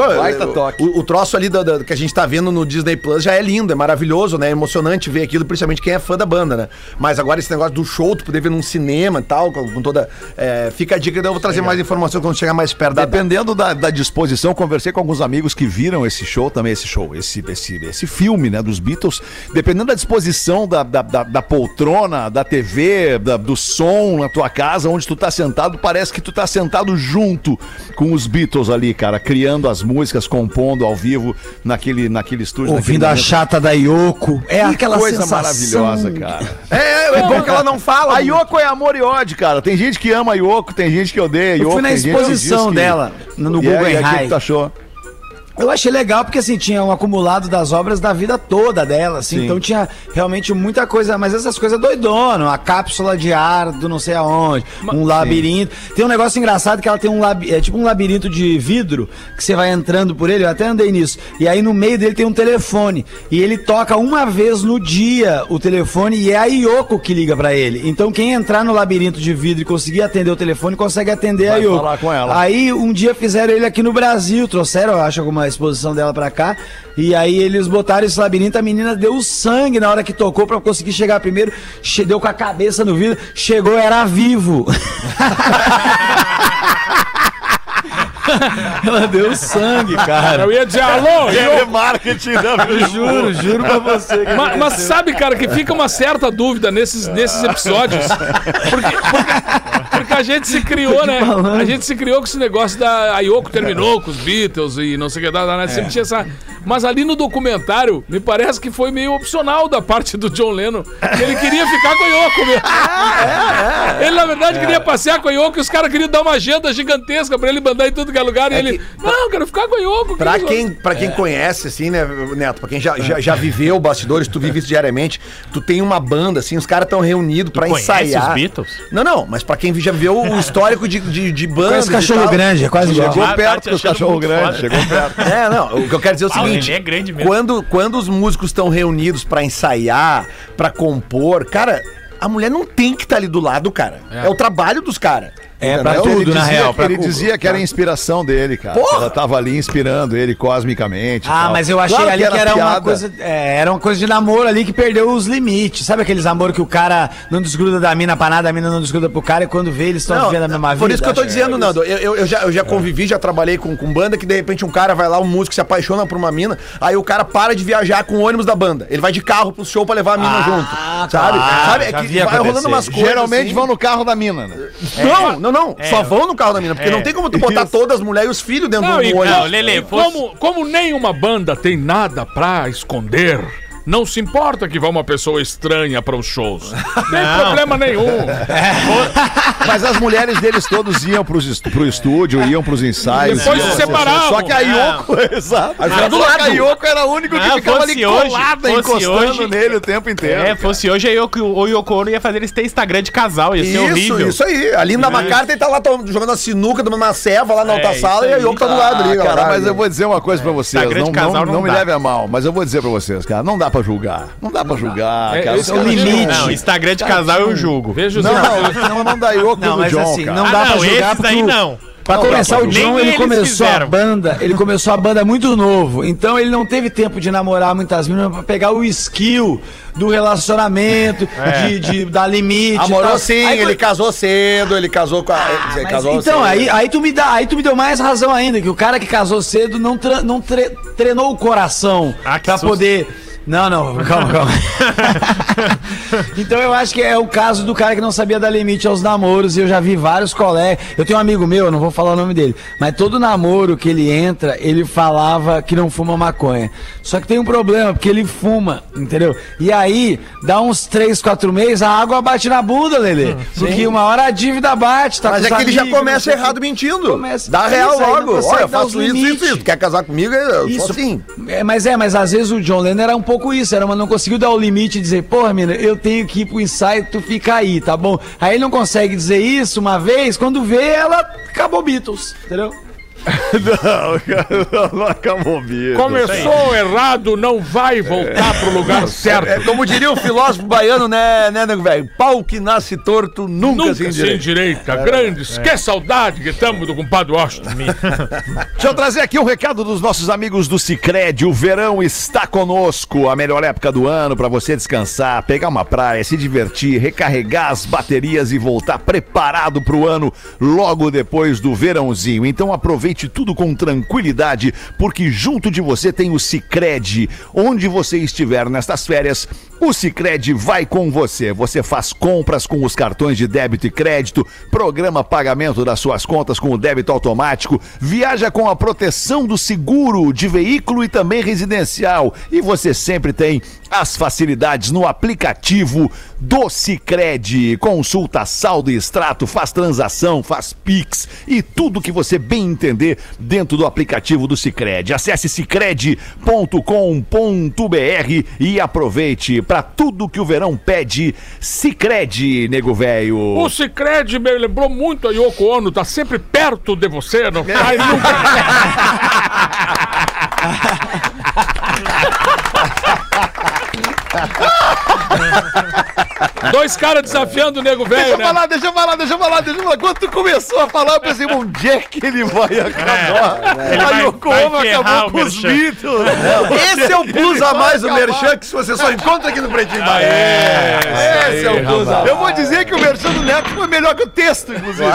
o troço ali que a gente tá vendo no Disney Plus já é lindo, é maravilhoso, né? É emocionante ver aquilo, principalmente quem é fã da banda, né? Mas agora esse negócio do show, tu poder ver num cinema e tal, tal, com toda... fica a dica, eu vou trazer mais informação quando chegar mais perto Dependendo da disposição, conversei com alguns amigos que viram esse filme, né, dos Beatles. Dependendo da disposição da poltrona, da TV, do som na tua casa, onde tu tá sentado, parece que tu tá sentado junto com os Beatles ali, cara, criando as músicas, compondo ao vivo naquele estúdio. Ouvindo a chata da Yoko. Aquela coisa sensação maravilhosa, cara. É bom que ela não fala. A Yoko é amor e ódio, cara. Tem gente que ama a Yoko, tem gente que odeia a Yoko. Eu fui na exposição dela no Guggenheim. O que tu achou? Eu achei legal porque, assim, tinha um acumulado das obras da vida toda dela, assim. Sim. Então tinha realmente muita coisa, mas essas coisas doidonas, a cápsula de ar do não sei aonde, um labirinto. Sim. Tem um negócio engraçado que ela tem tipo um labirinto de vidro, que você vai entrando por ele, eu até andei nisso. E aí no meio dele tem um telefone, e ele toca uma vez no dia o telefone, e é a Yoko que liga pra ele. Então quem entrar no labirinto de vidro e conseguir atender o telefone, consegue atender a Yoko. Falar com ela. Aí um dia fizeram ele aqui no Brasil, trouxeram, eu acho, alguma exposição dela pra cá, e aí eles botaram esse labirinto, a menina deu sangue na hora que tocou pra conseguir chegar primeiro, deu com a cabeça no vidro, chegou, era vivo. Ela deu sangue, cara. Eu ia dizer, alô, marketing da Juro pra você. Mas sabe, cara, que fica uma certa dúvida nesses episódios. Porque a gente se criou, né? A gente se criou com esse negócio da Yoko terminou com os Beatles e não sei o que, né? Sempre tinha essa... Mas ali no documentário, me parece que foi meio opcional da parte do John Lennon. Ele queria ficar com a Yoko mesmo. Ele, na verdade, queria passear com a Yoko e os caras queriam dar uma agenda gigantesca pra ele mandar em tudo que é lugar. E ele, não, quero ficar com a Yoko. Pra quem conhece, assim, né, Neto? Pra quem já viveu bastidores, tu vive isso diariamente, tu tem uma banda, assim, os caras estão reunidos pra ensaiar. Os Beatles? Não, mas pra quem já viveu o histórico de banda. Conhece Cachorro Grande, é quase igual. Chegou perto com os Cachorro Grande. Chegou perto. O que eu quero dizer é o seguinte. É grande mesmo. Quando os músicos estão reunidos pra ensaiar, pra compor, cara, a mulher não tem que estar ali do lado, cara. É o trabalho dos caras. Pra tudo, na real. Ele dizia que era a inspiração dele, cara. Ela tava ali inspirando ele cosmicamente. Mas eu achei ali que era uma coisa. Era uma coisa de namoro ali que perdeu os limites. Sabe aqueles namoros que o cara não desgruda da mina pra nada, a mina não desgruda pro cara, e quando vê, eles estão vivendo a mesma vida. Por isso que eu tô dizendo, Nando. Eu já convivi, já trabalhei com banda que de repente um cara vai lá, um músico se apaixona por uma mina, aí o cara para de viajar com o ônibus da banda. Ele vai de carro pro show pra levar a mina junto. Sabe? É que vai rolando umas coisas. Geralmente assim. Vão no carro da mina, né? Não. Só vão no carro da mina, porque não tem como tu botar todas as mulheres e os filhos dentro do ônibus. Não, Lelê, como nenhuma banda tem nada pra esconder, não se importa que vá uma pessoa estranha para os shows. Não tem problema nenhum. Mas as mulheres deles todos iam pro estúdio, iam pros ensaios. Depois se separavam. Só que a Yoko, exato. A Yoko era o único que ficava ali colada, encostando nele o tempo inteiro. Fosse hoje, o Yoko Ono ia fazer eles ter Instagram de casal, ia ser horrível. Isso aí. A Linda McCartney tá lá jogando a sinuca, dando uma ceva lá na alta sala, e a Yoko tá do lado ali, cara. Mas eu vou dizer uma coisa pra vocês. Não me leve a mal, mas eu vou dizer pra vocês, cara. Não dá pra julgar. Não dá pra julgar, cara. Esse é o limite. Não, Instagram de casal eu julgo. Veja os não dá Yoko do John, assim, cara. não dá pra julgar porque... não. Pra começar, o John, ele começou a banda muito novo, então ele não teve tempo de namorar muitas meninas pra pegar o skill do relacionamento, de dar limite. Namorou sim, aí, ele casou cedo, ele casou com a... Então, cedo. Aí tu me deu mais razão ainda, que o cara que casou cedo não treinou o coração pra poder... Não, calma. Então eu acho que é o caso do cara que não sabia dar limite aos namoros, e eu já vi vários colegas. Eu tenho um amigo meu, não vou falar o nome dele, mas todo namoro que ele entra, ele falava que não fuma maconha. Só que tem um problema, porque ele fuma, entendeu? E aí, dá uns 3, 4 meses, a água bate na bunda, Lelê. Porque uma hora a dívida bate, tá? Mas é que ele já começa errado mentindo. Dá real logo. Olha, eu faço isso. Tu quer casar comigo? Eu sou assim. Mas às vezes o John Lennon era um pouco isso, mas não conseguiu dar o limite e dizer, porra, mina, eu tenho que ir pro ensaio, tu fica aí, tá bom? Aí ele não consegue dizer isso uma vez, quando vê, ela acabou Beatles, entendeu? Não, cara, não acabou mesmo. Começou errado, não vai voltar pro lugar certo. É como diria o filósofo baiano, né, nego velho? Pau que nasce torto nunca se endireita. Grandes, que saudade que estamos do compadre Washington. Deixa eu trazer aqui um recado dos nossos amigos do Sicredi. O verão está conosco, a melhor época do ano para você descansar, pegar uma praia, se divertir, recarregar as baterias e voltar preparado pro ano logo depois do verãozinho. Então aproveite tudo com tranquilidade, porque junto de você tem o Sicredi. Onde você estiver nestas férias, o Sicredi vai com você. Você faz compras com os cartões de débito e crédito, programa pagamento das suas contas com o débito automático, viaja com a proteção do seguro de veículo e também residencial. E você sempre tem as facilidades no aplicativo do Sicredi. Consulta saldo e extrato, faz transação, faz Pix e tudo que você bem entender dentro do aplicativo do Sicredi. Acesse sicredi.com.br e aproveite para tudo que o verão pede. Sicredi, nego velho. O Sicredi me lembrou muito a Yoko Ono, tá sempre perto de você, não sai nunca. Dois caras desafiando o nego velho, né? Deixa eu falar. Quando tu começou a falar, eu pensei, onde é que ele vai acabar? A Yoko Ono acabou com os Beatles. Esse é o plus a mais do Merchan que você só encontra aqui no Pretinho Básico. Esse é o plus a mais. Eu vou dizer que o Merchan do Neto foi melhor que o texto, inclusive.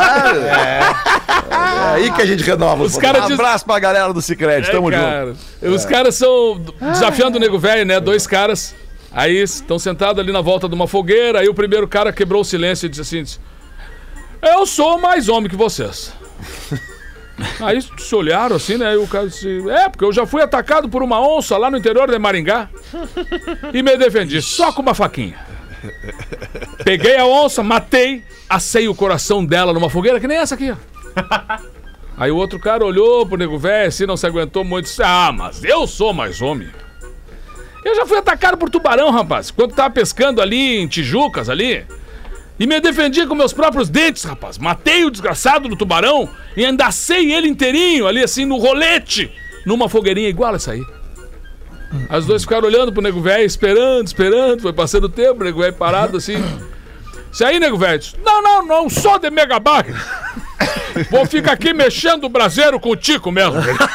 É aí que a gente renova. Um abraço pra galera do Sicredi, tamo junto. Os caras são desafiando o nego velho, né? Dois caras. Aí estão sentados ali na volta de uma fogueira. Aí o primeiro cara quebrou o silêncio e disse assim: eu sou mais homem que vocês. Aí se olharam assim, né? E o cara disse: porque eu já fui atacado por uma onça lá no interior de Maringá e me defendi só com uma faquinha. Peguei a onça, matei, assei o coração dela numa fogueira que nem essa aqui, ó. Aí o outro cara olhou pro nego velho assim, não se aguentou muito e disse: mas eu sou mais homem. Eu já fui atacado por tubarão, rapaz, quando tava pescando ali em Tijucas, ali. E me defendi com meus próprios dentes, rapaz. Matei o desgraçado do tubarão e endacei ele inteirinho ali, assim, no rolete, numa fogueirinha igual essa aí. Aí os dois ficaram olhando pro nego velho, esperando. Foi passando o tempo, o nego velho parado, assim. Isso aí, nego velho, disse: não sou de Megabag. Vou ficar aqui mexendo o braseiro com o Tico mesmo.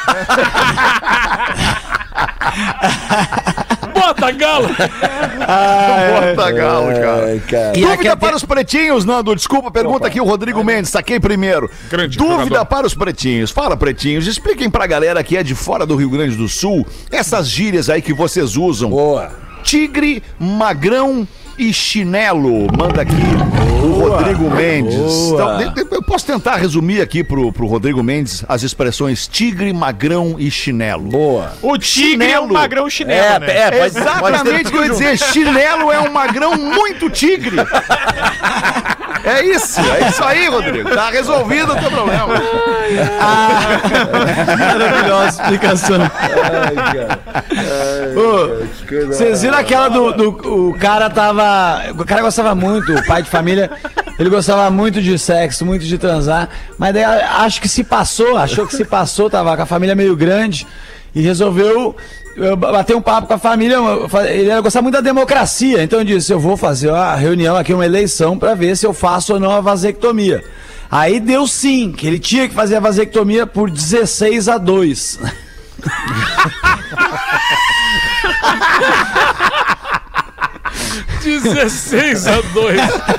Bota galo! Bota galo, cara. Dúvida para os pretinhos, Nando. Desculpa, pergunta aqui o Rodrigo Mendes. Saquei primeiro. Dúvida para os pretinhos. Fala, pretinhos. Expliquem pra galera que é de fora do Rio Grande do Sul essas gírias aí que vocês usam. Boa. Tigre, magrão e chinelo. Manda aqui o Rodrigo Mendes. Então, eu posso tentar resumir aqui pro Rodrigo Mendes as expressões tigre, magrão e chinelo. Boa. O tigre é um magrão chinelo, né? Exatamente o que eu ia dizer. Chinelo é um magrão muito tigre. É isso aí, Rodrigo. Tá resolvido o teu problema. Maravilhosa explicação. Vocês viram aquela o cara tava. O cara gostava muito, o pai de família, ele gostava muito de sexo, muito de transar, mas daí achou que se passou, tava com a família meio grande e resolveu bater um papo com a família. Ele gostava muito da democracia, então eu disse: eu vou fazer uma reunião aqui, uma eleição, pra ver se eu faço ou não a vasectomia. Aí deu sim, que ele tinha que fazer a vasectomia por 16-2. 16-2.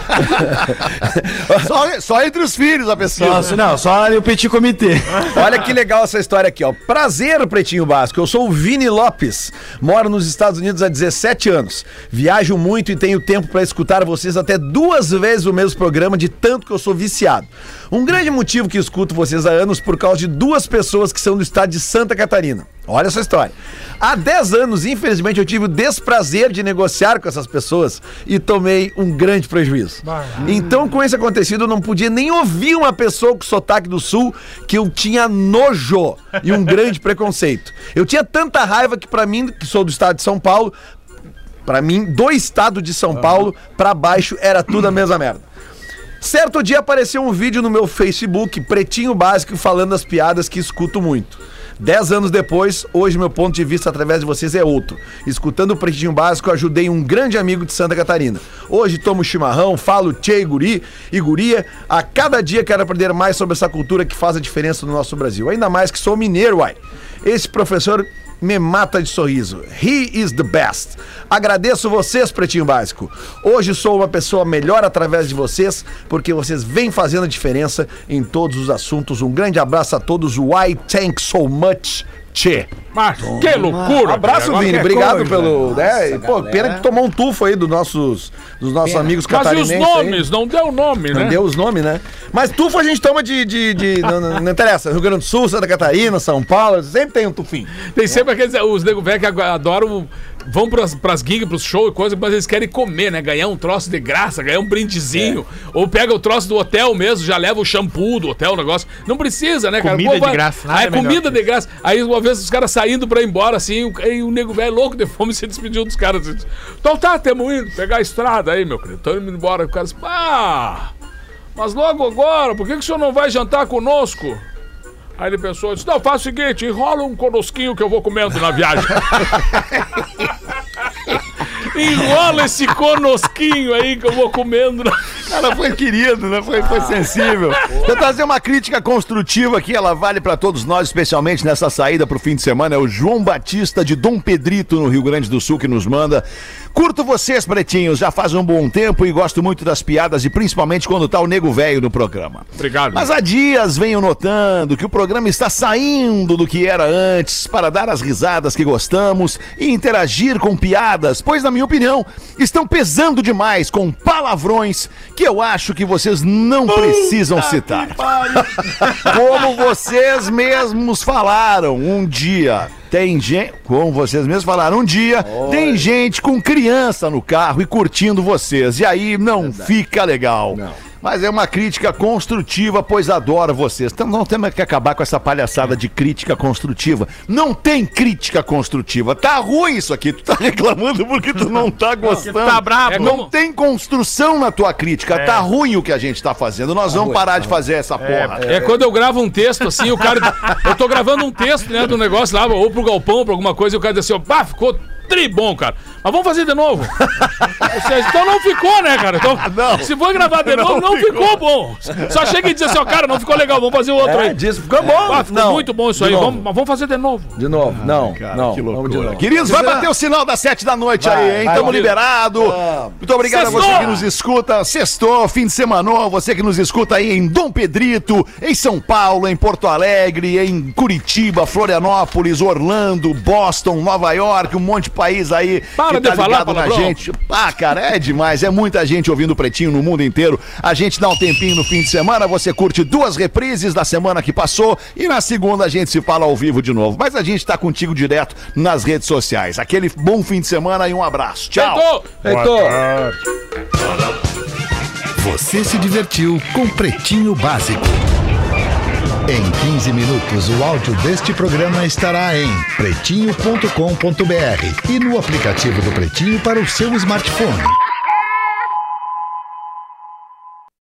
Só entre os filhos a pessoa. Só o petit comitê. Olha que legal essa história aqui, ó. Prazer, Pretinho Básico. Eu sou o Vini Lopes. Moro nos Estados Unidos há 17 anos. Viajo muito e tenho tempo pra escutar vocês até 2 vezes o mesmo programa, de tanto que eu sou viciado. Um grande motivo que escuto vocês há anos por causa de 2 pessoas que são do estado de Santa Catarina. Olha essa história. Há 10 anos, infelizmente, eu tive o desprazer de negociar com essas pessoas e tomei um grande prejuízo. Então, com isso acontecido, eu não podia nem ouvir uma pessoa com sotaque do Sul, que eu tinha nojo e um grande preconceito. Eu tinha tanta raiva que, pra mim, que sou do estado de São Paulo, pra mim, do estado de São Paulo pra baixo era tudo a mesma merda. Certo dia apareceu um vídeo no meu Facebook, Pretinho Básico, falando das piadas que escuto muito. 10 anos depois, hoje meu ponto de vista através de vocês é outro. Escutando o Pretinho Básico, ajudei um grande amigo de Santa Catarina. Hoje tomo chimarrão, falo tchê e guri e guria. A cada dia quero aprender mais sobre essa cultura que faz a diferença no nosso Brasil. Ainda mais que sou mineiro, uai. Esse professor me mata de sorriso. He is the best. Agradeço vocês, Pretinho Básico. Hoje sou uma pessoa melhor através de vocês, porque vocês vêm fazendo a diferença em todos os assuntos. Um grande abraço a todos. Why thanks so much, Tchê. Mas que loucura! Um abraço, Vini. Obrigado coisa, pelo. Pô, galera... pena que tomou um tufo aí dos nossos amigos catarinenses. Mas e os nomes? Aí. Não deu nome, né? Não deu os nomes, né? Mas tufo a gente toma não interessa. Rio Grande do Sul, Santa Catarina, São Paulo, sempre tem um tufinho. Tem sempre aqueles. Os nego velho que adoram. Vão pras gigs, pros shows e coisa, mas eles querem comer, né? Ganhar um troço de graça, ganhar um brindezinho. Ou pega o troço do hotel mesmo, já leva o shampoo do hotel, o negócio. Não precisa, né, cara? Comida de graça. Aí comida de graça. Aí uma vez os caras saindo pra ir embora, assim, e o nego velho louco de fome se despediu dos caras. Assim, então tá, temos indo, pegar a estrada aí, meu querido. Estamos indo embora. O cara disse, mas logo agora, por que o senhor não vai jantar conosco? Aí ele pensou, disse, não, faz o seguinte, enrola um conosquinho que eu vou comendo na viagem. Enrola esse conosquinho aí que eu vou comendo. Ela foi querido, né? Foi sensível. Eu trazer uma crítica construtiva aqui, ela vale pra todos nós, especialmente nessa saída pro fim de semana. É o João Batista de Dom Pedrito, no Rio Grande do Sul, que nos manda. Curto vocês, pretinhos, já faz um bom tempo e gosto muito das piadas e principalmente quando tá o nego velho no programa. Obrigado. Mas há dias venho notando que o programa está saindo do que era antes para dar as risadas que gostamos e interagir com piadas, pois na minha opinião estão pesando demais com palavrões que eu acho que vocês não precisam citar. Como vocês mesmos falaram um dia. Tem gente, como vocês mesmos falaram, um dia tem gente com criança no carro e curtindo vocês. E aí não fica legal. Não. Mas é uma crítica construtiva, pois adoro vocês. Então não temos que acabar com essa palhaçada de crítica construtiva. Não tem crítica construtiva. Tá ruim isso aqui. Tu tá reclamando porque tu não tá gostando. Tá bravo. Não tem construção na tua crítica. Tá ruim o que a gente tá fazendo. Nós vamos parar de fazer essa porra. É quando eu gravo um texto assim, o cara... Eu tô gravando um texto, né, do negócio lá, ou pro galpão, ou pra alguma coisa, e o cara diz assim, ficou tribom, cara. Mas vamos fazer de novo. Ou seja, então não ficou, né, cara? Então, se for gravar de novo, não ficou bom. Só chega e diz assim, cara, não ficou legal, vamos fazer o outro aí. Diz, ficou bom. Ficou muito bom isso aí, mas vamos fazer de novo. De novo, cara, que loucura. Queridos, vai bater o sinal das 7 da noite aí, hein? Tamo liberado. Muito obrigado a você que nos escuta. Sextou, fim de semana, você que nos escuta aí em Dom Pedrito, em São Paulo, em Porto Alegre, em Curitiba, Florianópolis, Orlando, Boston, Nova York, um monte de país aí que tá ligado na gente. Cara, é demais, é muita gente ouvindo o Pretinho no mundo inteiro. A gente dá um tempinho no fim de semana, você curte 2 reprises da semana que passou e na segunda a gente se fala ao vivo de novo. Mas a gente tá contigo direto nas redes sociais. Aquele bom fim de semana e um abraço. Tchau. Heitor. Você se divertiu com Pretinho Básico. Em 15 minutos, o áudio deste programa estará em pretinho.com.br e no aplicativo do Pretinho para o seu smartphone.